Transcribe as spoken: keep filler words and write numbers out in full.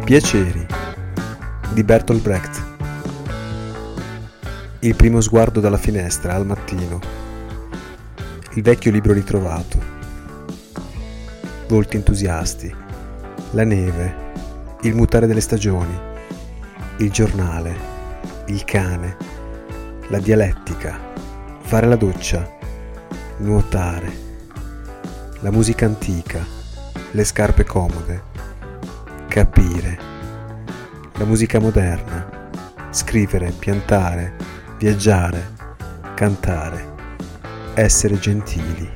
Piaceri di Bertolt Brecht. Il primo sguardo dalla finestra al mattino. Il vecchio libro ritrovato. Volti entusiasti. La neve. Il mutare delle stagioni. Il giornale. Il cane. La dialettica. Fare la doccia. Nuotare. La musica antica. Le scarpe comode. Capire. La musica moderna. Scrivere, piantare, viaggiare, cantare, essere gentili.